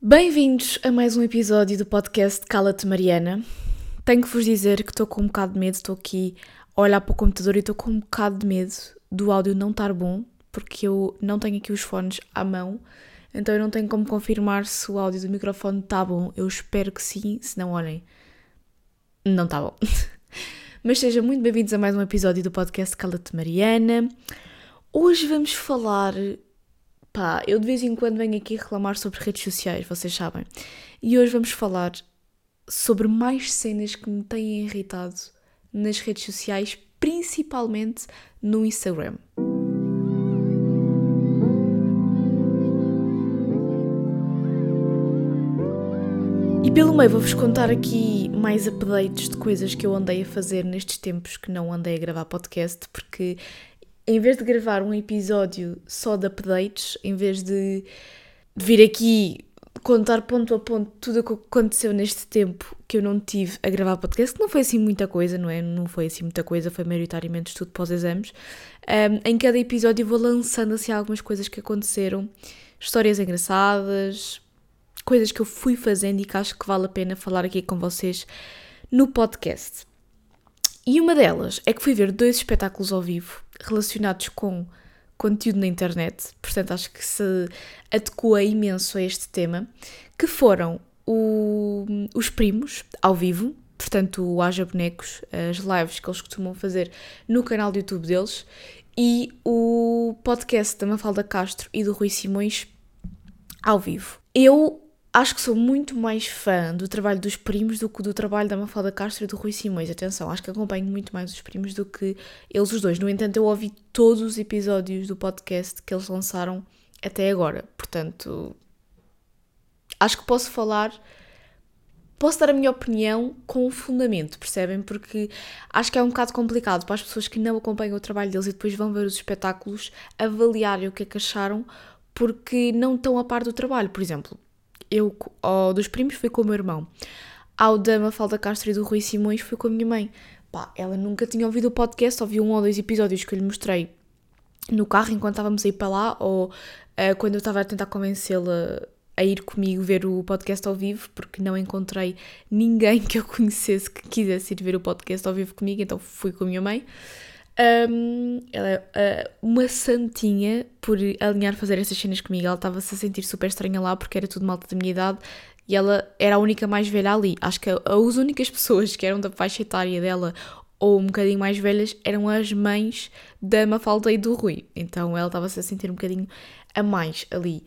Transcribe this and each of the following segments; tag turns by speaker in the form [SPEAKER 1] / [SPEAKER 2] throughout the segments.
[SPEAKER 1] Bem-vindos a mais um episódio do podcast Cala-te Mariana. Tenho que vos dizer que estou com um bocado de medo, estou aqui a olhar para o computador e estou com um bocado de medo do áudio não estar bom, porque eu não tenho aqui os fones à mão, então eu não tenho como confirmar se o áudio do microfone está bom. Eu espero que sim, se não, olhem, não está bom. Mas sejam muito bem-vindos a mais um episódio do podcast Cala-te Mariana. Hoje vamos falar... eu de vez em quando venho aqui reclamar sobre redes sociais, vocês sabem. E hoje vamos falar sobre mais cenas que me têm irritado nas redes sociais, principalmente no Instagram. E pelo meio vou-vos contar aqui mais updates de coisas que eu andei a fazer nestes tempos que não andei a gravar podcast, porque... em vez de gravar um episódio só de updates, em vez de vir aqui contar ponto a ponto tudo o que aconteceu neste tempo que eu não tive a gravar podcast, que não foi assim muita coisa, não é? Não foi assim muita coisa, foi maioritariamente estudo para os exames. Em cada episódio eu vou lançando assim algumas coisas que aconteceram, histórias engraçadas, coisas que eu fui fazendo e que acho que vale a pena falar aqui com vocês no podcast. E uma delas é que fui ver 2 espetáculos ao vivo relacionados com conteúdo na internet, portanto acho que se adequa imenso a este tema, que foram os Primos, ao vivo, portanto o Haja Bonecos, as lives que eles costumam fazer no canal do YouTube deles, e o podcast da Mafalda Castro e do Rui Simões, ao vivo. Eu acho que sou muito mais fã do trabalho dos Primos do que do trabalho da Mafalda Castro e do Rui Simões. Atenção, acho que acompanho muito mais os Primos do que eles os dois. No entanto, eu ouvi todos os episódios do podcast que eles lançaram até agora. Portanto, acho que posso dar a minha opinião com fundamento, percebem? Porque acho que é um bocado complicado para as pessoas que não acompanham o trabalho deles e depois vão ver os espetáculos avaliarem o que é que acharam, porque não estão a par do trabalho. Por exemplo, eu, ao dos Primos, fui com o meu irmão. Ao da Mafalda Castro e do Rui Simões, fui com a minha mãe. Ela nunca tinha ouvido o podcast, ouviu 1 ou 2 episódios que eu lhe mostrei no carro enquanto estávamos a ir para lá, ou quando eu estava a tentar convencê-la a ir comigo ver o podcast ao vivo, porque não encontrei ninguém que eu conhecesse que quisesse ir ver o podcast ao vivo comigo, então fui com a minha mãe. Ela é uma santinha por alinhar fazer essas cenas comigo. Ela estava-se a sentir super estranha lá porque era tudo malta da minha idade e ela era a única mais velha ali. Acho que as únicas pessoas que eram da faixa etária dela ou um bocadinho mais velhas eram as mães da Mafalda e do Rui. Então ela estava-se a sentir um bocadinho a mais ali.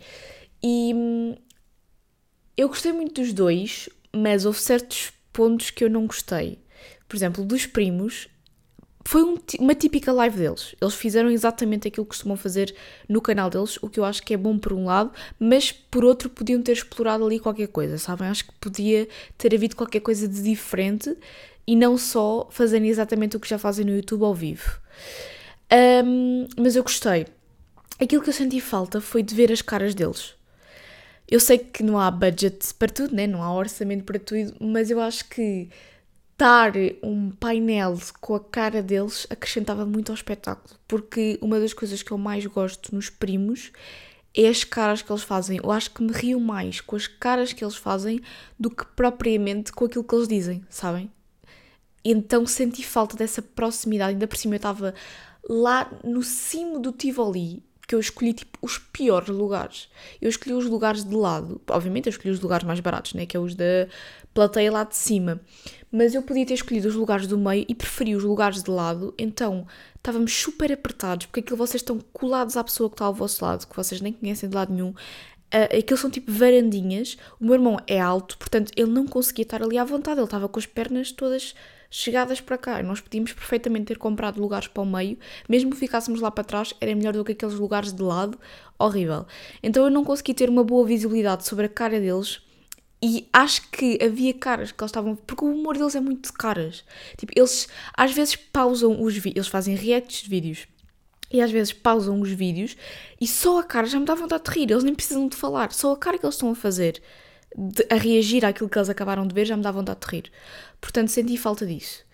[SPEAKER 1] E eu gostei muito dos dois, mas houve certos pontos que eu não gostei. Por exemplo, dos Primos... foi uma típica live deles. Eles fizeram exatamente aquilo que costumam fazer no canal deles, o que eu acho que é bom por um lado, mas por outro podiam ter explorado ali qualquer coisa, sabem? Acho que podia ter havido qualquer coisa de diferente e não só fazerem exatamente o que já fazem no YouTube ao vivo. Mas eu gostei. Aquilo que eu senti falta foi de ver as caras deles. Eu sei que não há budget para tudo, né? Não há orçamento para tudo, mas eu acho que dar um painel com a cara deles acrescentava muito ao espetáculo, porque uma das coisas que eu mais gosto nos Primos é as caras que eles fazem. Eu acho que me rio mais com as caras que eles fazem do que propriamente com aquilo que eles dizem, sabem? Então senti falta dessa proximidade. Ainda por cima eu estava lá no cimo do Tivoli, que eu escolhi tipo os piores lugares. Eu escolhi os lugares de lado. Obviamente eu escolhi os lugares mais baratos, né? Que é os da plateia lá de cima. Mas eu podia ter escolhido os lugares do meio e preferi os lugares de lado. Então estávamos super apertados, porque aquilo vocês estão colados à pessoa que está ao vosso lado, que vocês nem conhecem de lado nenhum. Aquilo são tipo varandinhas. O meu irmão é alto, portanto ele não conseguia estar ali à vontade. Ele estava com as pernas todas chegadas para cá. E nós podíamos perfeitamente ter comprado lugares para o meio. Mesmo que ficássemos lá para trás, era melhor do que aqueles lugares de lado. Horrível. Então eu não consegui ter uma boa visibilidade sobre a cara deles. E acho que havia caras que eles estavam... porque o humor deles é muito de caras. Tipo, eles às vezes pausam os vídeos. Eles fazem reacts de vídeos. E às vezes pausam os vídeos e só a cara já me dá vontade de rir. Eles nem precisam de falar. Só a cara que eles estão a fazer, a reagir àquilo que eles acabaram de ver, já me dá vontade de rir. Portanto, senti falta disso.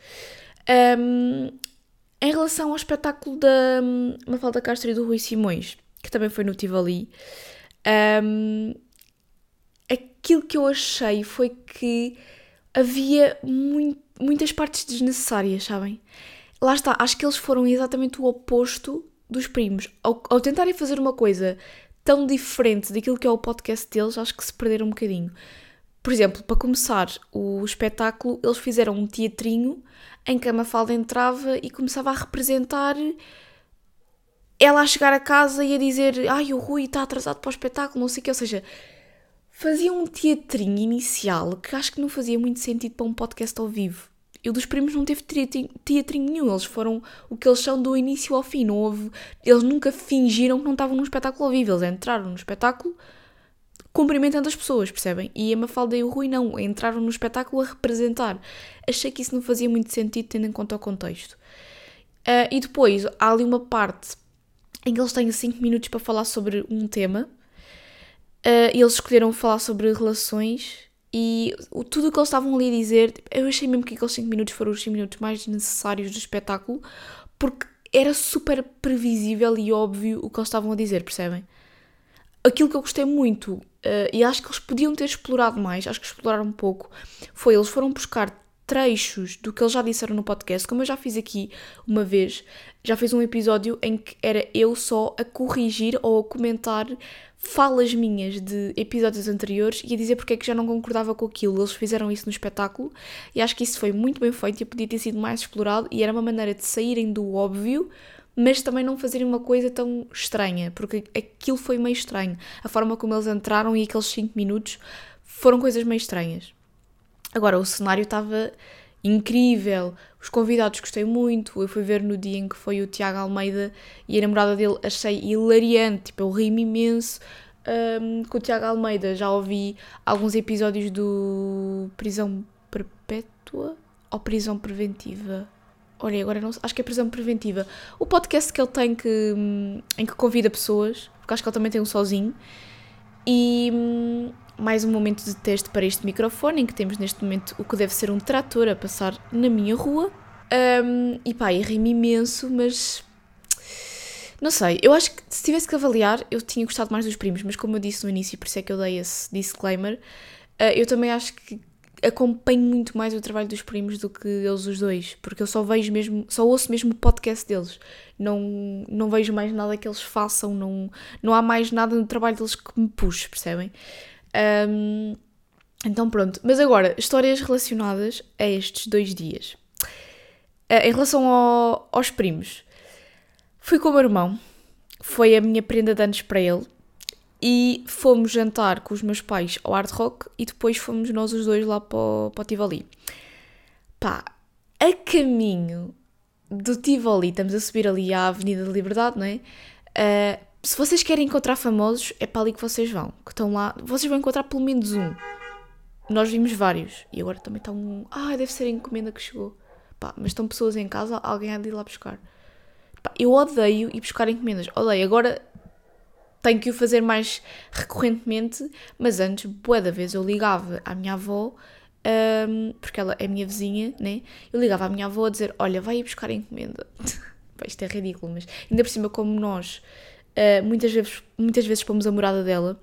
[SPEAKER 1] Em relação ao espetáculo da Mafalda Castro e do Rui Simões, que também foi no Tivoli, aquilo que eu achei foi que havia muitas partes desnecessárias, sabem? Lá está, acho que eles foram exatamente o oposto dos primos. Ao tentarem fazer uma coisa tão diferente daquilo que é o podcast deles, acho que se perderam um bocadinho. Por exemplo, para começar o espetáculo, eles fizeram um teatrinho em que a Mafalda entrava e começava a representar ela a chegar a casa e a dizer ai, o Rui está atrasado para o espetáculo, não sei o quê. Ou seja, fazia um teatrinho inicial que acho que não fazia muito sentido para um podcast ao vivo. E o dos primos não teve teatrinho nenhum. Eles foram o que eles são do início ao fim. Não houve, eles nunca fingiram que não estavam num espetáculo ao vivo. Eles entraram no espetáculo cumprimentando as pessoas, percebem? E a Mafalda e o Rui não, entraram no espetáculo a representar. Achei que isso não fazia muito sentido tendo em conta o contexto. E depois há ali uma parte em que eles têm 5 minutos para falar sobre um tema. E eles escolheram falar sobre relações e tudo o que eles estavam ali a dizer, eu achei mesmo que aqueles 5 minutos foram os 5 minutos mais necessários do espetáculo, porque era super previsível e óbvio o que eles estavam a dizer, percebem? Aquilo que eu gostei muito, e acho que eles podiam ter explorado mais, acho que exploraram um pouco, foi eles foram buscar trechos do que eles já disseram no podcast, como eu já fiz aqui uma vez, já fiz um episódio em que era eu só a corrigir ou a comentar falas minhas de episódios anteriores e a dizer porque é que já não concordava com aquilo. Eles fizeram isso no espetáculo e acho que isso foi muito bem feito e podia ter sido mais explorado e era uma maneira de saírem do óbvio, mas também não fazerem uma coisa tão estranha, porque aquilo foi meio estranho. A forma como eles entraram e aqueles 5 minutos foram coisas meio estranhas. Agora, o cenário estava incrível, os convidados gostei muito, eu fui ver no dia em que foi o Tiago Almeida e a namorada dele, achei hilariante, tipo, eu ri-me imenso com o Tiago Almeida. Já ouvi alguns episódios do Prisão Perpétua ou Prisão Preventiva. Olha, agora não sei, acho que é Prisão Preventiva. O podcast que ele tem em que convida pessoas, porque acho que ele também tem um sozinho. E mais um momento de teste para este microfone, em que temos neste momento o que deve ser um trator a passar na minha rua. E pá, eu ri-me imenso, mas não sei, eu acho que se tivesse que avaliar, eu tinha gostado mais dos primos, mas como eu disse no início, por isso é que eu dei esse disclaimer, eu também acho que acompanho muito mais o trabalho dos primos do que eles os dois, porque eu só ouço mesmo o podcast deles, não vejo mais nada que eles façam, não há mais nada no trabalho deles que me puxe, percebem? Então pronto, mas agora, histórias relacionadas a estes 2 dias. Em relação aos primos, fui com o meu irmão, foi a minha prenda de anos para ele, e fomos jantar com os meus pais ao Hard Rock e depois fomos nós os dois lá para o Tivoli. Pá, a caminho do Tivoli, estamos a subir ali à Avenida da Liberdade, não é? Se vocês querem encontrar famosos, é para ali que vocês vão, que estão lá, vocês vão encontrar pelo menos um. Nós vimos vários, e agora também está um... deve ser a encomenda que chegou. Pá, mas estão pessoas em casa, alguém há de ir lá buscar. Pá, eu odeio ir buscar encomendas, odeio. Agora tenho que o fazer mais recorrentemente, mas antes, bué da vez, eu ligava à minha avó, porque ela é minha vizinha, né? Eu ligava à minha avó a dizer, olha, vai ir buscar a encomenda. Pá, isto é ridículo, mas ainda por cima, como nós muitas vezes pomos a morada dela,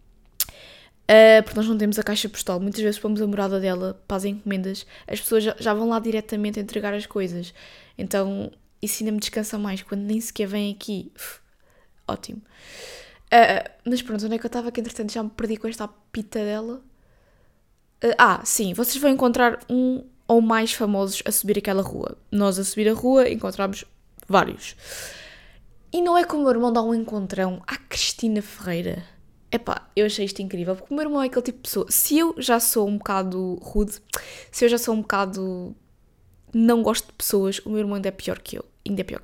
[SPEAKER 1] porque nós não temos a caixa postal, muitas vezes pomos a morada dela para as encomendas, as pessoas já vão lá diretamente entregar as coisas. Então, isso ainda me descansa mais, quando nem sequer vem aqui. Ótimo. Mas pronto, onde é que eu estava? Que entretanto já me perdi com esta pita dela. Sim, vocês vão encontrar um ou mais famosos a subir aquela rua. Nós a subir a rua encontramos vários. E não é como o meu irmão dá um encontrão à Cristina Ferreira. Epá, eu achei isto incrível, porque o meu irmão é aquele tipo de pessoa. Se eu já sou um bocado rude, se eu já sou um bocado... não gosto de pessoas, o meu irmão ainda é pior que eu.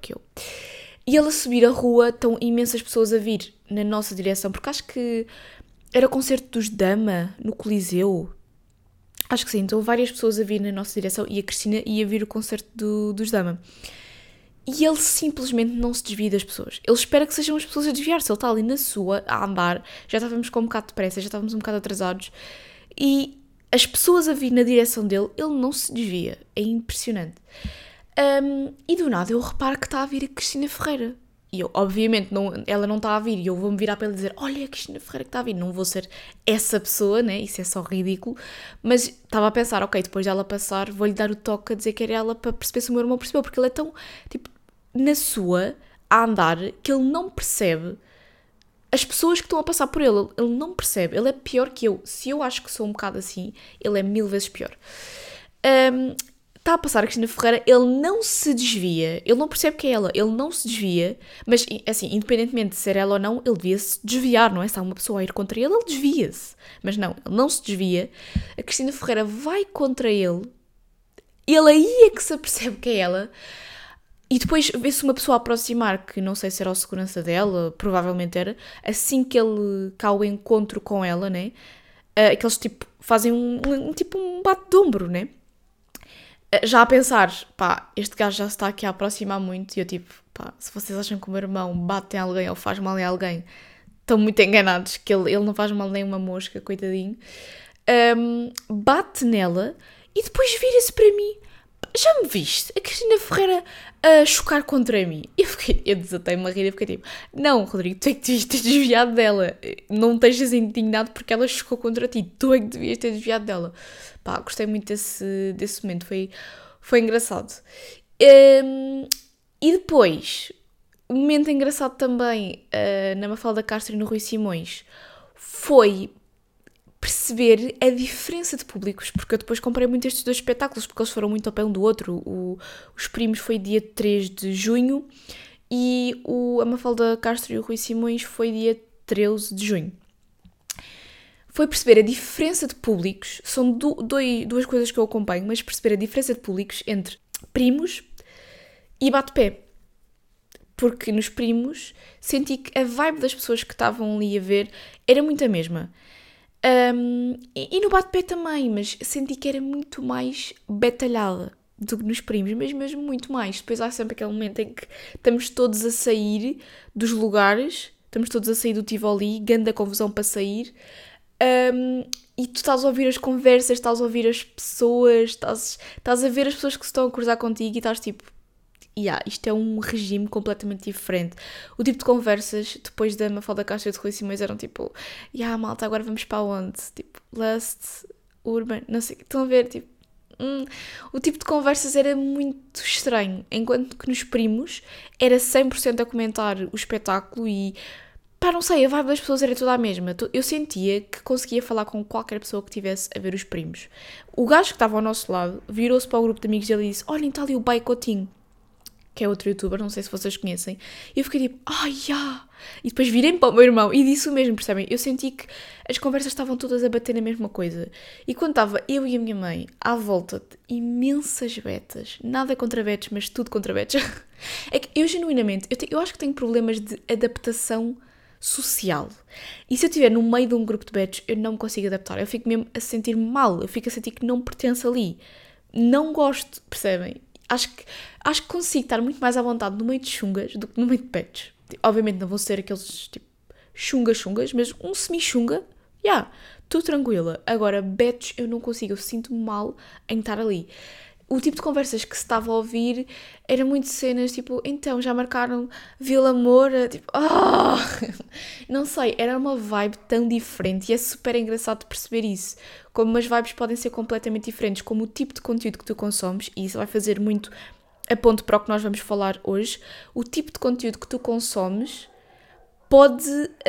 [SPEAKER 1] E ele a subir a rua, estão imensas pessoas a vir na nossa direção, porque acho que era o concerto dos Dama, no Coliseu. Acho que sim, então várias pessoas a vir na nossa direção e a Cristina ia vir o concerto dos Dama. E ele simplesmente não se desvia das pessoas. Ele espera que sejam as pessoas a desviar-se. Ele está ali na sua, a andar, já estávamos com um bocado de pressa, já estávamos um bocado atrasados, e as pessoas a vir na direção dele, ele não se desvia. É impressionante. E do nada eu reparo que está a vir a Cristina Ferreira. E eu, obviamente, ela não está a vir e eu vou-me virar para ele dizer olha, a Cristina Ferreira que está a vir. Não vou ser essa pessoa, né? Isso é só ridículo. Mas estava a pensar, ok, depois dela passar, vou-lhe dar o toque a dizer que era ela para perceber se o meu irmão percebeu. Porque ele é tão, tipo, na sua, a andar, que ele não percebe as pessoas que estão a passar por ele. Ele não percebe. Ele é pior que eu. Se eu acho que sou um bocado assim, ele é 1000 vezes pior. Está a passar a Cristina Ferreira, ele não se desvia, ele não percebe que é ela, ele não se desvia, mas assim, independentemente de ser ela ou não, ele devia-se desviar, não é? Se há uma pessoa a ir contra ele, ele desvia-se. Mas não, ele não se desvia, a Cristina Ferreira vai contra ele aí é que se apercebe que é ela, e depois vê-se uma pessoa a aproximar, que não sei se era o segurança dela, provavelmente era, assim que ele cá o encontro com ela, né? Aqueles tipo, fazem tipo um bate de ombro, né? Já a pensar, pá, este gajo já se está aqui a aproximar muito e eu tipo, pá, se vocês acham que o meu irmão bate em alguém ou faz mal em alguém, estão muito enganados, que ele não faz mal nem uma mosca, coitadinho. Bate nela e depois vira-se para mim. Já me viste? A Cristina Ferreira a chocar contra mim. Eu desatei-me a rir e fiquei tipo, não, Rodrigo, tu é que devias ter desviado dela. Não estejas indignado porque ela chocou contra ti. Tu é que devias ter desviado dela. Pá, gostei muito desse momento. Foi engraçado. E depois, um momento engraçado também na Mafalda Castro e no Rui Simões foi perceber a diferença de públicos, porque eu depois comprei muito estes dois espetáculos, porque eles foram muito ao pé um do outro. Os Primos foi dia 3 de junho e a Mafalda Castro e o Rui Simões foi dia 13 de junho. Foi perceber a diferença de públicos, são duas coisas que eu acompanho, mas perceber a diferença de públicos entre Primos e Bate-Pé. Porque nos Primos senti que a vibe das pessoas que estavam ali a ver era muito a mesma. E no Bate-Pé também, mas senti que era muito mais batalhada do que nos Primos, mas mesmo muito mais. Depois há sempre aquele momento em que estamos todos a sair dos lugares, estamos todos a sair do Tivoli, grande confusão para sair, e tu estás a ouvir as conversas, estás a ouvir as pessoas, estás a ver as pessoas que se estão a cruzar contigo e estás tipo, isto é um regime completamente diferente. O tipo de conversas depois da Mafalda Castro e de Rui Simões eram tipo, malta, agora vamos para onde? Tipo, Lust, Urban, não sei, estão a ver, tipo, o tipo de conversas era muito estranho, enquanto que nos Primos era 100% a comentar o espetáculo e, pá, não sei, a vibe das pessoas era toda a mesma. Eu sentia que conseguia falar com qualquer pessoa que estivesse a ver os Primos. O gajo que estava ao nosso lado virou-se para o grupo de amigos dele e disse, olhem, está ali o Baicotinho, que é outro youtuber, não sei se vocês conhecem, e eu fiquei tipo, e depois virei para o meu irmão e disse o mesmo, percebem? Eu senti que as conversas estavam todas a bater na mesma coisa, e quando estava eu e a minha mãe à volta de imensas betas, nada contra betos, mas tudo contra betos, é que eu genuinamente, eu acho que tenho problemas de adaptação social, e se eu estiver no meio de um grupo de betos, eu não me consigo adaptar, eu fico mesmo a sentir mal, eu fico a sentir que não pertenço ali, não gosto, percebem? Acho que consigo estar muito mais à vontade no meio de chungas do que no meio de betos. Obviamente não vão ser aqueles tipo chungas, mas um semi-chunga, estou tranquila. Agora, betos eu não consigo, eu sinto-me mal em estar ali. O tipo de conversas que se estava a ouvir era muito cenas, tipo, então, já marcaram Vila Moura? Tipo, não sei, era uma vibe tão diferente e é super engraçado de perceber isso. Como as vibes podem ser completamente diferentes, como o tipo de conteúdo que tu consomes, e isso vai fazer muito a ponto para o que nós vamos falar hoje, o tipo de conteúdo que tu consomes pode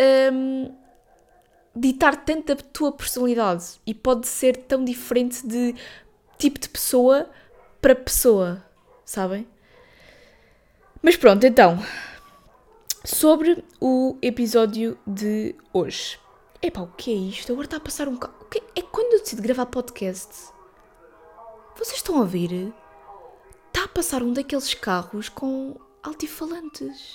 [SPEAKER 1] ditar tanto a tua personalidade e pode ser tão diferente de tipo de pessoa para pessoa, sabem? Mas pronto, então, sobre o episódio de hoje. Epá, o que é isto? Agora está a passar um carro. É quando eu decido gravar podcast. Vocês estão a ouvir? Está a passar um daqueles carros com altifalantes.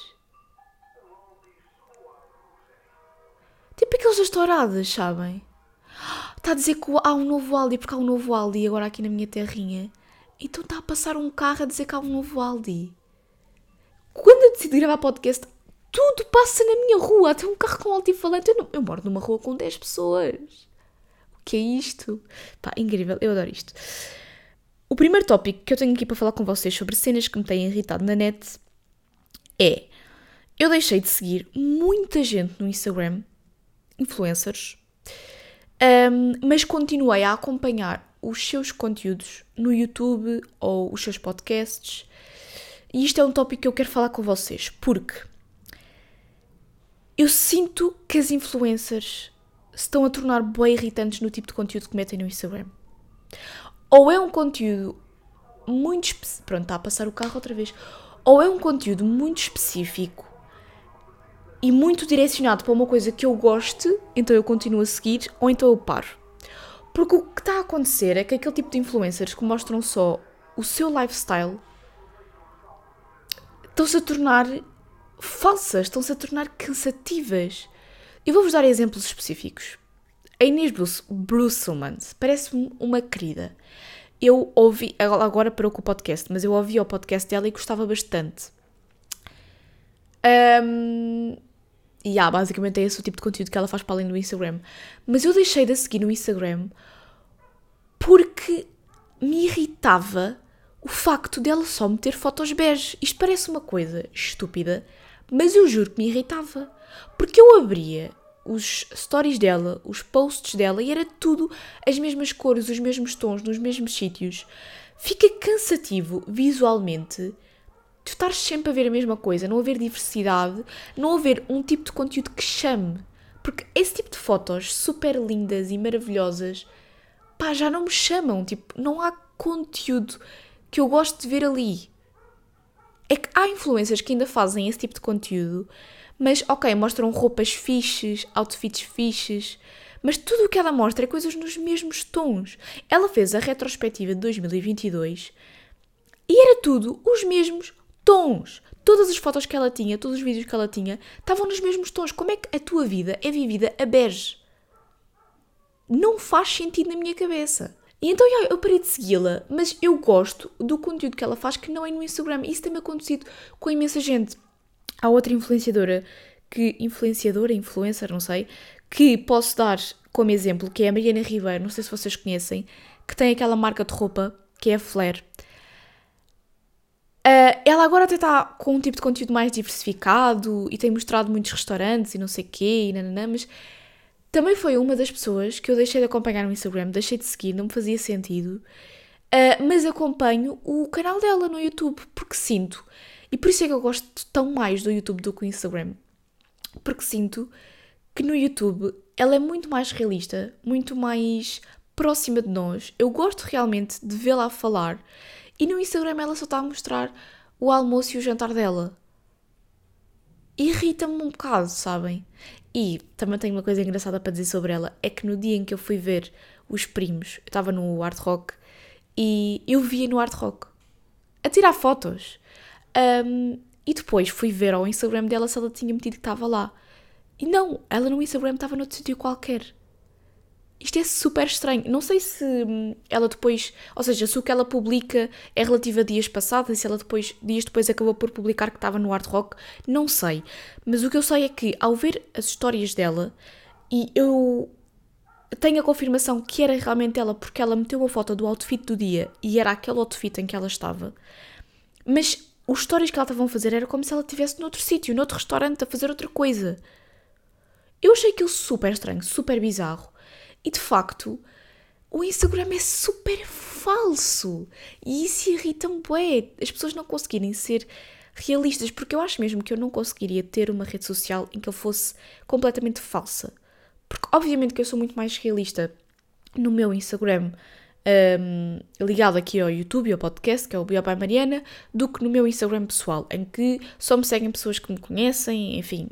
[SPEAKER 1] Tipo aqueles das touradas, sabem? Está a dizer que há um novo Aldi, porque há um novo Aldi agora aqui na minha terrinha. Então está a passar um carro a dizer que há um novo Aldi. Quando eu decido gravar podcast, tudo passa na minha rua. Até um carro com altifalante. Eu moro numa rua com 10 pessoas. O que é isto? Pá, incrível. Eu adoro isto. O primeiro tópico que eu tenho aqui para falar com vocês sobre cenas que me têm irritado na net é... eu deixei de seguir muita gente no Instagram, influencers, mas continuei a acompanhar os seus conteúdos no YouTube ou os seus podcasts. E isto é um tópico que eu quero falar com vocês, porque eu sinto que as influencers se estão a tornar bem irritantes no tipo de conteúdo que metem no Instagram. Ou é um conteúdo muito específico. Pronto, está a passar o carro outra vez. Ou é um conteúdo muito específico e muito direcionado para uma coisa que eu goste, então eu continuo a seguir, ou então eu paro. Porque o que está a acontecer é que aquele tipo de influencers que mostram só o seu lifestyle estão-se a tornar falsas, estão-se a tornar cansativas. Eu vou-vos dar exemplos específicos. A Inês Brusselman parece-me uma querida. Eu ouvi, agora parou com o podcast, mas eu ouvi o podcast dela e gostava bastante. Basicamente é esse o tipo de conteúdo que ela faz para além do Instagram. Mas eu deixei de a seguir no Instagram porque me irritava o facto dela só meter fotos bege. Isto parece uma coisa estúpida, mas eu juro que me irritava. Porque eu abria os stories dela, os posts dela, e era tudo as mesmas cores, os mesmos tons, nos mesmos sítios. Fica cansativo visualmente tu estares sempre a ver a mesma coisa, não haver diversidade, não haver um tipo de conteúdo que chame. Porque esse tipo de fotos super lindas e maravilhosas, já não me chamam. Tipo, não há conteúdo que eu gosto de ver ali. É que há influencers que ainda fazem esse tipo de conteúdo, mas, mostram roupas fixes, outfits fixes, mas tudo o que ela mostra é coisas nos mesmos tons. Ela fez a retrospectiva de 2022 e era tudo os mesmos tons. Todas as fotos que ela tinha, todos os vídeos que ela tinha, estavam nos mesmos tons. Como é que a tua vida é vivida a bege? Não faz sentido na minha cabeça. E então eu parei de segui-la, mas eu gosto do conteúdo que ela faz que não é no Instagram. Isso tem-me acontecido com imensa gente. Há outra influenciador, não sei, que posso dar como exemplo, que é a Mariana Ribeiro, não sei se vocês conhecem, que tem aquela marca de roupa, que é a Flare. Ela agora até está com um tipo de conteúdo mais diversificado e tem mostrado muitos restaurantes e não sei o quê, mas também foi uma das pessoas que eu deixei de acompanhar no Instagram, deixei de seguir, não me fazia sentido, mas acompanho o canal dela no YouTube, porque sinto, e por isso é que eu gosto tão mais do YouTube do que do Instagram, porque sinto que no YouTube ela é muito mais realista, muito mais próxima de nós, eu gosto realmente de vê-la a falar. E no Instagram ela só está a mostrar o almoço e o jantar dela. Irrita-me um bocado, sabem? E também tenho uma coisa engraçada para dizer sobre ela. É que no dia em que eu fui ver os primos, eu estava no Hard Rock e eu via no Hard Rock a tirar fotos. E depois fui ver ao Instagram dela se ela tinha metido que estava lá. E não, ela no Instagram estava noutro sítio qualquer. Isto é super estranho. Não sei se ela depois... Ou seja, se o que ela publica é relativo a dias passados e se ela dias depois acabou por publicar que estava no Hard Rock. Não sei. Mas o que eu sei é que, ao ver as histórias dela, e eu tenho a confirmação que era realmente ela, porque ela meteu uma foto do outfit do dia e era aquele outfit em que ela estava. Mas os stories que ela estava a fazer era como se ela estivesse noutro sítio, noutro restaurante, a fazer outra coisa. Eu achei aquilo super estranho, super bizarro. E de facto, o Instagram é super falso. E isso irrita-me bué. As pessoas não conseguirem ser realistas. Porque eu acho mesmo que eu não conseguiria ter uma rede social em que eu fosse completamente falsa. Porque obviamente que eu sou muito mais realista no meu Instagram, ligado aqui ao YouTube e ao podcast, que é o Biopai Mariana, do que no meu Instagram pessoal, em que só me seguem pessoas que me conhecem, enfim,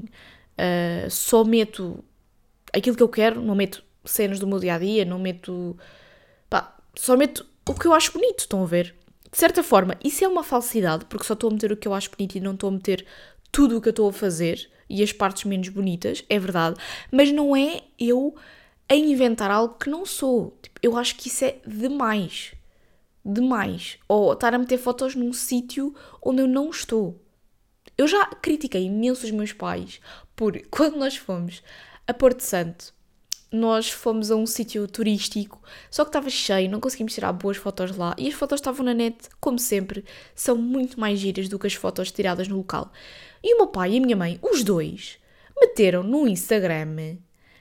[SPEAKER 1] só meto aquilo que eu quero, não meto cenas do meu dia-a-dia, não meto... só meto o que eu acho bonito, estão a ver? De certa forma, isso é uma falsidade, porque só estou a meter o que eu acho bonito e não estou a meter tudo o que eu estou a fazer e as partes menos bonitas, é verdade, mas não é eu a inventar algo que não sou. Tipo, eu acho que isso é demais. Demais. Ou estar a meter fotos num sítio onde eu não estou. Eu já critiquei imenso os meus pais por, quando nós fomos a Porto Santo, nós fomos a um sítio turístico, só que estava cheio, não conseguimos tirar boas fotos lá, e as fotos estavam na net, como sempre, são muito mais giras do que as fotos tiradas no local. E o meu pai e a minha mãe, os dois, meteram no Instagram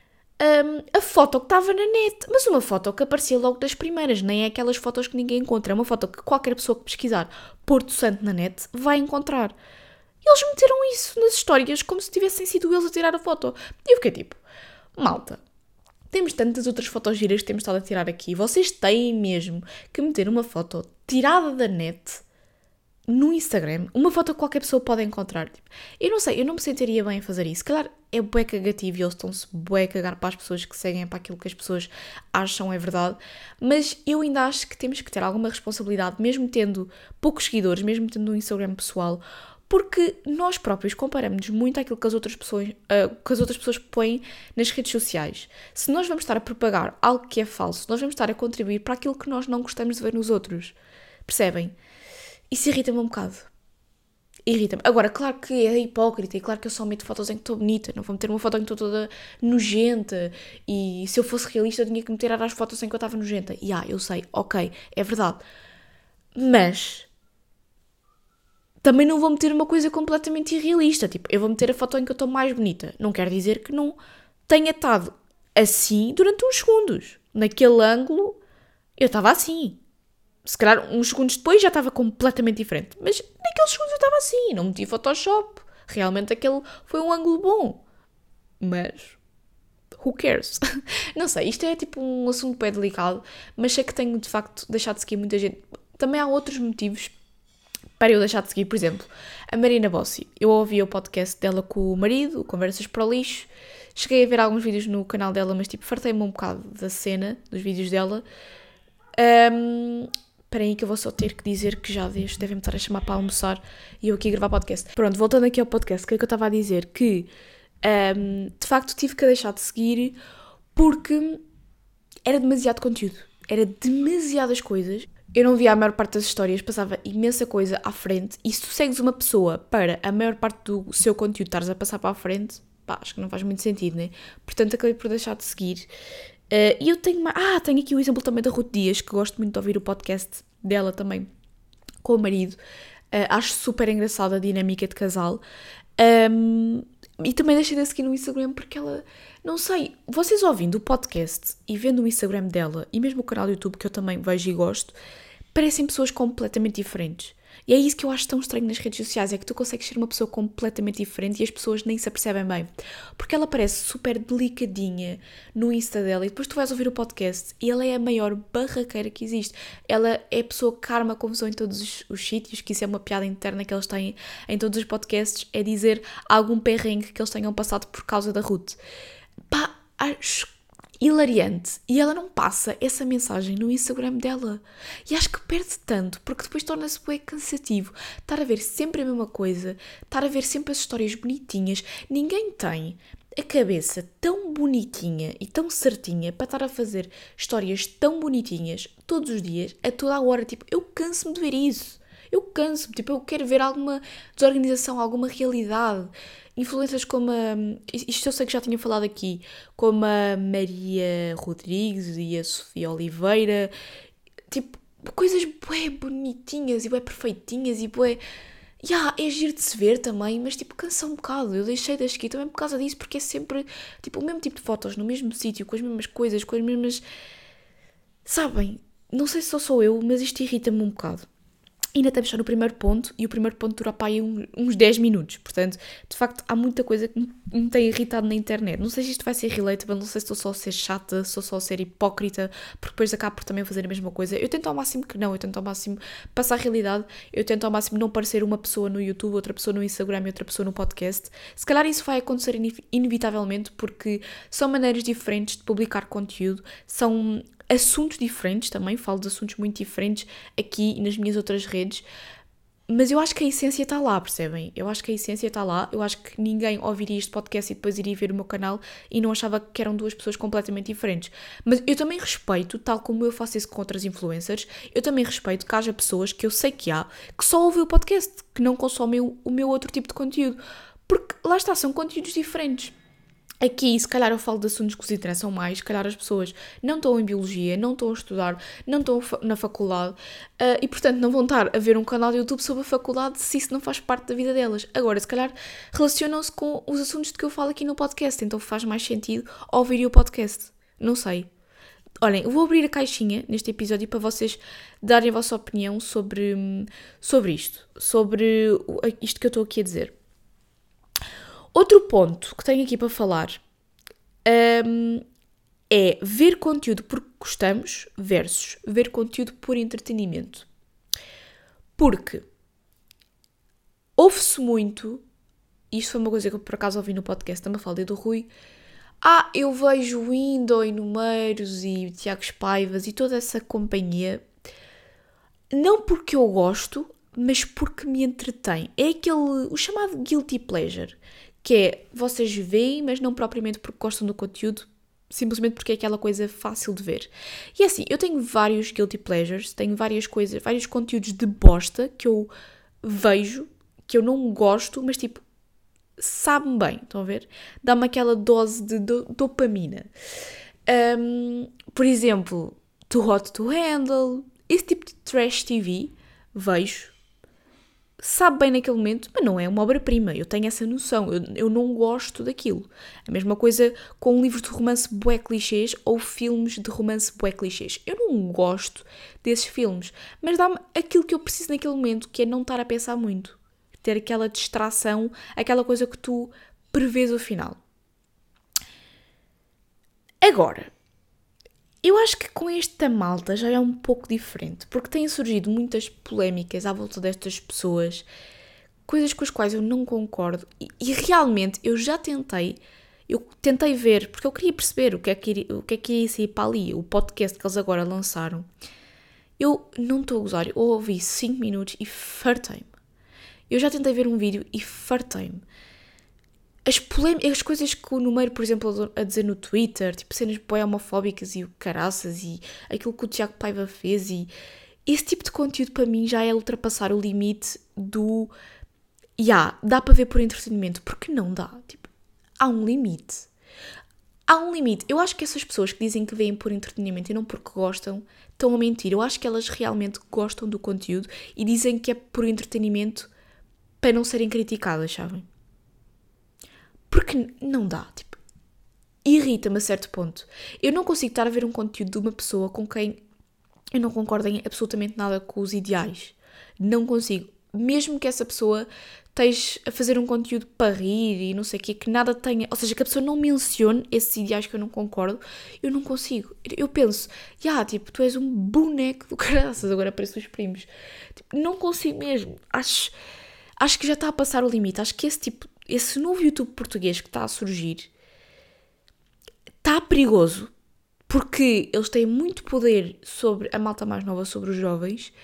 [SPEAKER 1] a foto que estava na net, mas uma foto que aparecia logo das primeiras, nem é aquelas fotos que ninguém encontra, é uma foto que qualquer pessoa que pesquisar Porto Santo na net vai encontrar. E eles meteram isso nas histórias como se tivessem sido eles a tirar a foto. E eu fiquei tipo, malta, temos tantas outras fotos giras que temos estado a tirar aqui, vocês têm mesmo que meter uma foto tirada da net no Instagram, uma foto que qualquer pessoa pode encontrar. Tipo, eu não sei, eu não me sentiria bem a fazer isso. Se calhar é bué cagativo e eles estão-se bué a cagar para as pessoas que seguem, para aquilo que as pessoas acham é verdade, mas eu ainda acho que temos que ter alguma responsabilidade, mesmo tendo poucos seguidores, mesmo tendo um Instagram pessoal, porque nós próprios comparamos muito àquilo que as outras pessoas põem nas redes sociais. Se nós vamos estar a propagar algo que é falso, nós vamos estar a contribuir para aquilo que nós não gostamos de ver nos outros. Percebem? Isso irrita-me um bocado. Irrita-me. Agora, claro que é hipócrita e claro que eu só meto fotos em que estou bonita. Não vou meter uma foto em que estou toda nojenta. E se eu fosse realista, eu tinha que meter as fotos em que eu estava nojenta. E eu sei, ok, é verdade. Mas também não vou meter uma coisa completamente irrealista. Tipo, eu vou meter a foto em que eu estou mais bonita. Não quer dizer que não tenha estado assim durante uns segundos. Naquele ângulo, eu estava assim. Se calhar uns segundos depois já estava completamente diferente. Mas naqueles segundos eu estava assim, não meti Photoshop. Realmente aquele foi um ângulo bom. Mas, who cares? Não sei, isto é tipo um assunto bem delicado, mas sei que tenho de facto deixado de seguir muita gente. Também há outros motivos para eu deixar de seguir, por exemplo, a Marina Bossi. Eu ouvi o podcast dela com o marido, Conversas para o Lixo. Cheguei a ver alguns vídeos no canal dela, mas tipo, fartei-me um bocado da cena, dos vídeos dela. Espera aí que eu vou só ter que dizer que já devem-me estar a chamar para almoçar e eu aqui a gravar podcast. Pronto, voltando aqui ao podcast, o que é que eu estava a dizer? Que, de facto, tive que deixar de seguir porque era demasiado conteúdo. Era demasiadas coisas. Eu não via a maior parte das histórias, passava imensa coisa à frente e se tu segues uma pessoa para a maior parte do seu conteúdo estares a passar para a frente, acho que não faz muito sentido, né? Portanto, acabei por deixar de seguir. E eu tenho aqui o exemplo também da Ruth Dias, que gosto muito de ouvir o podcast dela também com o marido. Acho super engraçada a dinâmica de casal. E também deixei de seguir no Instagram porque ela, não sei, vocês ouvindo o podcast e vendo o Instagram dela e mesmo o canal do YouTube que eu também vejo e gosto, parecem pessoas completamente diferentes. E é isso que eu acho tão estranho nas redes sociais, é que tu consegues ser uma pessoa completamente diferente e as pessoas nem se apercebem bem. Porque ela parece super delicadinha no Insta dela e depois tu vais ouvir o podcast e ela é a maior barraqueira que existe. Ela é a pessoa que arma a confusão em todos os sítios, que isso é uma piada interna que eles têm em todos os podcasts, é dizer algum perrengue que eles tenham passado por causa da Ruth. Acho hilariante. E ela não passa essa mensagem no Instagram dela. E acho que perde tanto, porque depois torna-se bem cansativo. Estar a ver sempre a mesma coisa, estar a ver sempre as histórias bonitinhas. Ninguém tem a cabeça tão bonitinha e tão certinha para estar a fazer histórias tão bonitinhas todos os dias, a toda a hora. Tipo, eu canso-me de ver isso. Eu canso-me. Tipo, eu quero ver alguma desorganização, alguma realidade. Influências como isto eu sei que já tinha falado aqui, como a Maria Rodrigues e a Sofia Oliveira, tipo, coisas bué bonitinhas e bué perfeitinhas e bué, é giro de se ver também, mas tipo, cansa um bocado. Eu deixei de seguir também por causa disso, porque é sempre, tipo, o mesmo tipo de fotos, no mesmo sítio, com as mesmas coisas, com as mesmas, sabem, não sei se sou eu, mas isto irrita-me um bocado. Ainda estamos só no primeiro ponto, e o primeiro ponto dura para aí uns 10 minutos. Portanto, de facto, há muita coisa que me tem irritado na internet. Não sei se isto vai ser relatable, não sei se estou só a ser chata, se estou só a ser hipócrita, porque depois acabo por também fazer a mesma coisa. Eu tento ao máximo que não, eu tento ao máximo passar a realidade, eu tento ao máximo não parecer uma pessoa no YouTube, outra pessoa no Instagram e outra pessoa no podcast. Se calhar isso vai acontecer inevitavelmente, porque são maneiras diferentes de publicar conteúdo, são assuntos diferentes também, falo de assuntos muito diferentes aqui e nas minhas outras redes, mas eu acho que a essência está lá, percebem? Eu acho que a essência está lá, eu acho que ninguém ouviria este podcast e depois iria ver o meu canal e não achava que eram duas pessoas completamente diferentes. Mas eu também respeito, tal como eu faço isso com outras influencers, eu também respeito que haja pessoas que eu sei que há, que só ouvem o podcast, que não consomem o meu outro tipo de conteúdo, porque lá está, são conteúdos diferentes. Aqui, se calhar eu falo de assuntos que os interessam mais, se calhar as pessoas não estão em biologia, não estão a estudar, não estão na faculdade e, portanto, não vão estar a ver um canal de YouTube sobre a faculdade se isso não faz parte da vida delas. Agora, se calhar relacionam-se com os assuntos de que eu falo aqui no podcast, então faz mais sentido ouvir o podcast. Não sei. Olhem, eu vou abrir a caixinha neste episódio para vocês darem a vossa opinião sobre isto que eu estou aqui a dizer. Outro ponto que tenho aqui para falar é ver conteúdo porque gostamos versus ver conteúdo por entretenimento. Porque ouve-se muito, isto foi uma coisa que eu por acaso ouvi no podcast da Mafalda e do Rui, eu vejo o Indo e Numeiros e o Tiago Espaivas e toda essa companhia, não porque eu gosto, mas porque me entretém. É o chamado guilty pleasure, que é, vocês veem, mas não propriamente porque gostam do conteúdo, simplesmente porque é aquela coisa fácil de ver. E assim, eu tenho vários guilty pleasures, tenho vários conteúdos de bosta que eu vejo, que eu não gosto, mas tipo, sabe-me bem, estão a ver? Dá-me aquela dose de dopamina. Por exemplo, Too Hot to Handle, esse tipo de trash TV, vejo, sabe bem naquele momento, mas não é uma obra-prima, eu tenho essa noção, eu não gosto daquilo. A mesma coisa com livros de romance bué clichês ou filmes de romance bué clichês. Eu não gosto desses filmes, mas dá-me aquilo que eu preciso naquele momento, que é não estar a pensar muito. Ter aquela distração, aquela coisa que tu prevês o final. Agora, eu acho que com esta malta já é um pouco diferente, porque têm surgido muitas polémicas à volta destas pessoas, coisas com as quais eu não concordo, e realmente eu tentei ver, porque eu queria perceber o que é que ia sair para ali, o podcast que eles agora lançaram. Eu não estou a gozar, eu ouvi 5 minutos e fartei-me. Eu já tentei ver um vídeo e fartei-me. As coisas que o Numeiro, por exemplo, a dizer no Twitter, tipo cenas bem homofóbicas e o caraças e aquilo que o Tiago Paiva fez e esse tipo de conteúdo para mim já é ultrapassar o limite do dá para ver por entretenimento, porque não dá, tipo, há um limite. Há um limite. Eu acho que essas pessoas que dizem que veem por entretenimento e não porque gostam, estão a mentir. Eu acho que elas realmente gostam do conteúdo e dizem que é por entretenimento para não serem criticadas, sabem? Porque não dá, tipo, irrita-me a certo ponto. Eu não consigo estar a ver um conteúdo de uma pessoa com quem eu não concordo em absolutamente nada com os ideais. Não consigo. Mesmo que essa pessoa esteja a fazer um conteúdo para rir e não sei o quê, que nada tenha... Ou seja, que a pessoa não mencione esses ideais que eu não concordo, eu não consigo. Eu penso, tipo, tu és um boneco do caraças, agora parece os primos. Tipo, não consigo mesmo. Acho que já está a passar o limite. Acho que esse novo YouTube português que está a surgir está perigoso, porque eles têm muito poder sobre a malta mais nova, sobre os jovens,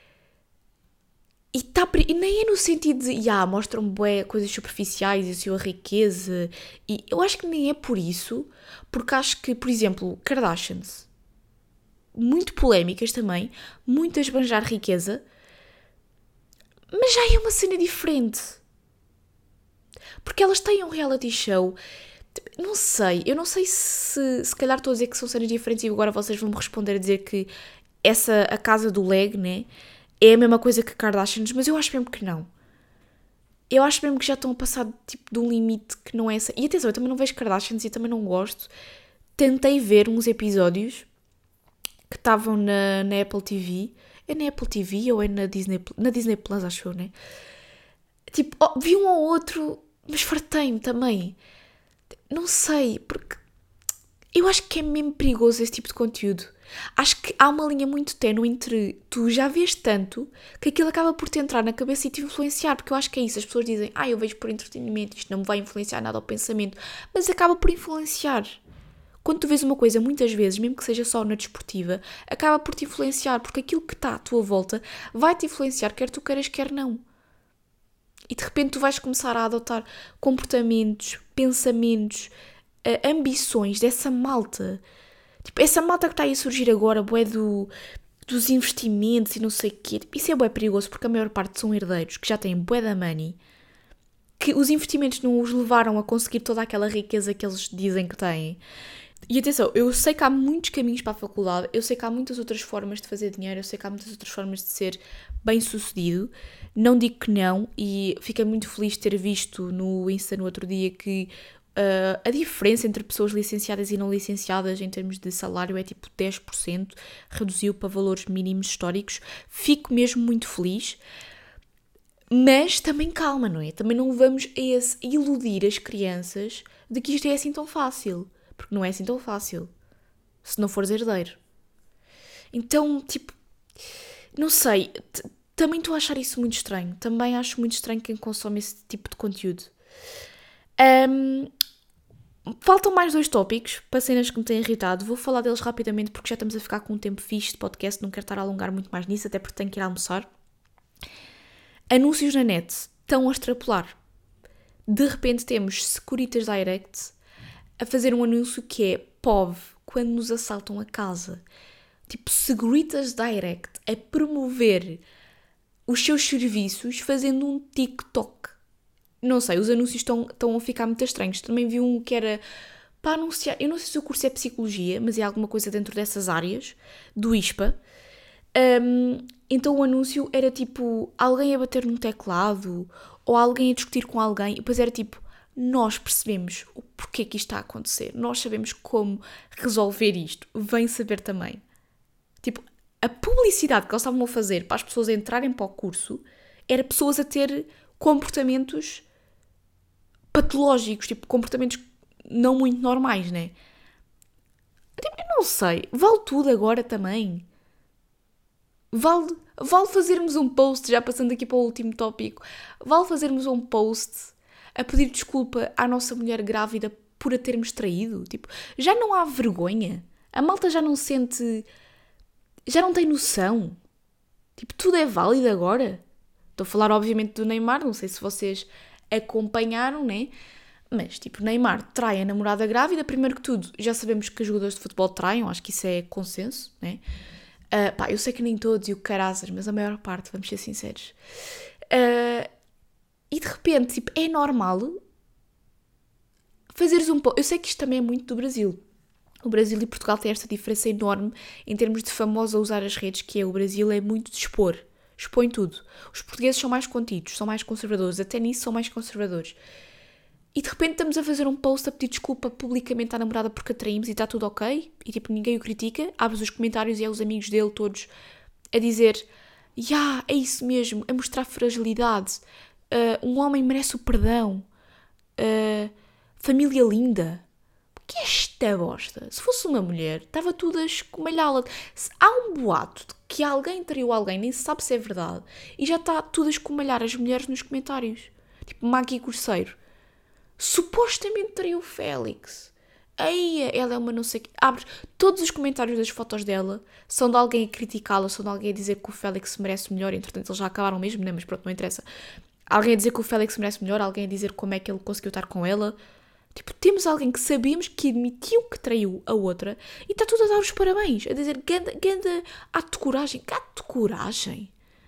[SPEAKER 1] e nem é no sentido de, mostram bué coisas superficiais e a sua riqueza, e eu acho que nem é por isso, porque acho que, por exemplo, Kardashians, muito polémicas também, muito a esbanjar riqueza, mas já é uma cena diferente. Porque elas têm um reality show, eu não sei se calhar estou a dizer que são cenas diferentes e agora vocês vão me responder a dizer que a casa do leg, né, é a mesma coisa que Kardashians, mas eu acho mesmo que não. Eu acho mesmo que já estão a passar tipo, de um limite que não é essa. E atenção, eu também não vejo Kardashians e também não gosto. Tentei ver uns episódios que estavam na Apple TV. É na Apple TV ou é na Disney Plus, acho eu, né? Tipo, vi um ou outro, mas fartei-me também. Não sei, porque eu acho que é mesmo perigoso esse tipo de conteúdo. Acho que há uma linha muito ténue entre tu já vês tanto que aquilo acaba por te entrar na cabeça e te influenciar, porque eu acho que é isso. As pessoas dizem, eu vejo por entretenimento, isto não me vai influenciar nada ao pensamento, mas acaba por influenciar. Quando tu vês uma coisa, muitas vezes, mesmo que seja só na desportiva, acaba por te influenciar, porque aquilo que está à tua volta vai te influenciar, quer tu queiras, quer não. E de repente tu vais começar a adotar comportamentos, pensamentos, ambições dessa malta. Tipo, essa malta que está aí a surgir agora, bué dos investimentos e não sei o quê. Tipo, isso é bué perigoso porque a maior parte são herdeiros que já têm bué da money, que os investimentos não os levaram a conseguir toda aquela riqueza que eles dizem que têm. E atenção, eu sei que há muitos caminhos para a faculdade, eu sei que há muitas outras formas de fazer dinheiro, eu sei que há muitas outras formas de ser bem-sucedido, não digo que não, e fiquei muito feliz de ter visto no Insta no outro dia que a diferença entre pessoas licenciadas e não licenciadas em termos de salário é tipo 10%, reduziu para valores mínimos históricos, fico mesmo muito feliz. Mas também calma, não é? Também não vamos iludir as crianças de que isto é assim tão fácil. Porque não é assim tão fácil. Se não fores herdeiro. Então, tipo, não sei. Também estou a achar isso muito estranho. Também acho muito estranho quem consome esse tipo de conteúdo. Faltam mais 2 tópicos para cenas que me têm irritado. Vou falar deles rapidamente porque já estamos a ficar com um tempo fixe de podcast. Não quero estar a alongar muito mais nisso, até porque tenho que ir almoçar. Anúncios na net estão a extrapolar. De repente temos Securitas Direct a fazer um anúncio que é POV, quando nos assaltam a casa. Tipo, Securitas Direct a promover os seus serviços fazendo um TikTok. Não sei, os anúncios estão a ficar muito estranhos. Também vi um que era para anunciar, eu não sei se o curso é Psicologia, mas é alguma coisa dentro dessas áreas, do ISPA. Então o anúncio era tipo alguém a bater num teclado ou alguém a discutir com alguém e depois era tipo, nós percebemos o porquê que isto está a acontecer, nós sabemos como resolver isto, vem saber também. Tipo, a publicidade que eles estavam a fazer para as pessoas entrarem para o curso era pessoas a ter comportamentos patológicos, tipo comportamentos não muito normais, né? Eu não sei, vale tudo agora também. Vale fazermos um post, já passando aqui para o último tópico, vale fazermos um post a pedir desculpa à nossa mulher grávida por a termos traído? Tipo, já não há vergonha? A malta já não sente... Já não tem noção? Tipo, tudo é válido agora? Estou a falar, obviamente, do Neymar, não sei se vocês acompanharam, né? Mas, tipo, Neymar trai a namorada grávida, primeiro que tudo, já sabemos que os jogadores de futebol traem, acho que isso é consenso, né? Eu sei que nem todos e o caraças, mas a maior parte, vamos ser sinceros. E de repente, tipo, é normal fazeres um pouco... Eu sei que isto também é muito do Brasil. O Brasil e Portugal têm esta diferença enorme em termos de famosos a usar as redes, que é o Brasil é muito de expor. Expõe tudo. Os portugueses são mais contidos, são mais conservadores, até nisso são mais conservadores. E de repente estamos a fazer um post a pedir desculpa publicamente à namorada porque a traímos e está tudo ok. E tipo, ninguém o critica. Abres os comentários e é os amigos dele todos a dizer é isso mesmo, a mostrar fragilidade. Um homem merece o perdão. Família linda. O que é esta bosta? Se fosse uma mulher, estava tudo a escumalhá-la. Se há um boato de que alguém traiu alguém, nem se sabe se é verdade, e já está tudo a escumalhar as mulheres nos comentários. Tipo, Maggie Corseiro. Supostamente traiu o Félix. Aí ela é uma não sei o quê. Abres todos os comentários das fotos dela, são de alguém a criticá-la, são de alguém a dizer que o Félix merece melhor. Entretanto, eles já acabaram mesmo, né? Mas pronto, não interessa. Alguém a dizer que o Félix merece melhor, alguém a dizer como é que ele conseguiu estar com ela. Tipo, temos alguém que sabemos que admitiu que traiu a outra e está tudo a dar os parabéns, a dizer ganda ato de coragem. Que ato de coragem?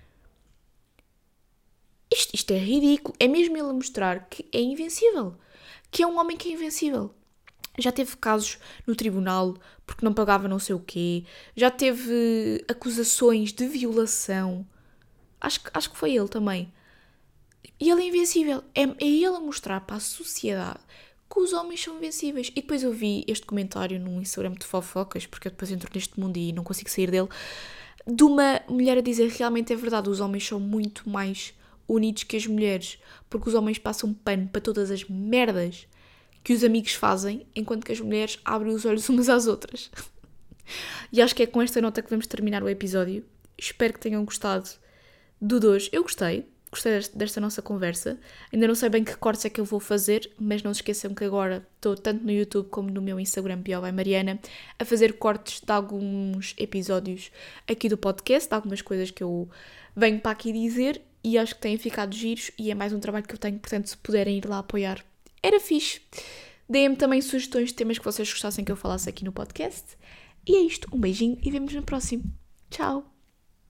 [SPEAKER 1] Isto é ridículo. É mesmo ele a mostrar que é invencível. Que é um homem que é invencível. Já teve casos no tribunal porque não pagava não sei o quê. Já teve acusações de violação. Acho que foi ele também. E ele é invencível. É ele a mostrar para a sociedade que os homens são invencíveis. E depois eu vi este comentário num Instagram de fofocas, porque eu depois entro neste mundo e não consigo sair dele, de uma mulher a dizer realmente é verdade, os homens são muito mais unidos que as mulheres, porque os homens passam pano para todas as merdas que os amigos fazem, enquanto que as mulheres abrem os olhos umas às outras. E acho que é com esta nota que vamos terminar o episódio. Espero que tenham gostado do de hoje. Eu gostei desta nossa conversa. Ainda não sei bem que cortes é que eu vou fazer, mas não se esqueçam que agora estou tanto no YouTube como no meu Instagram, Pio by Mariana, a fazer cortes de alguns episódios aqui do podcast, de algumas coisas que eu venho para aqui dizer, e acho que têm ficado giros e é mais um trabalho que eu tenho, portanto, se puderem ir lá apoiar, era fixe. Deem-me também sugestões de temas que vocês gostassem que eu falasse aqui no podcast. E é isto, um beijinho e vemos no próximo. Tchau!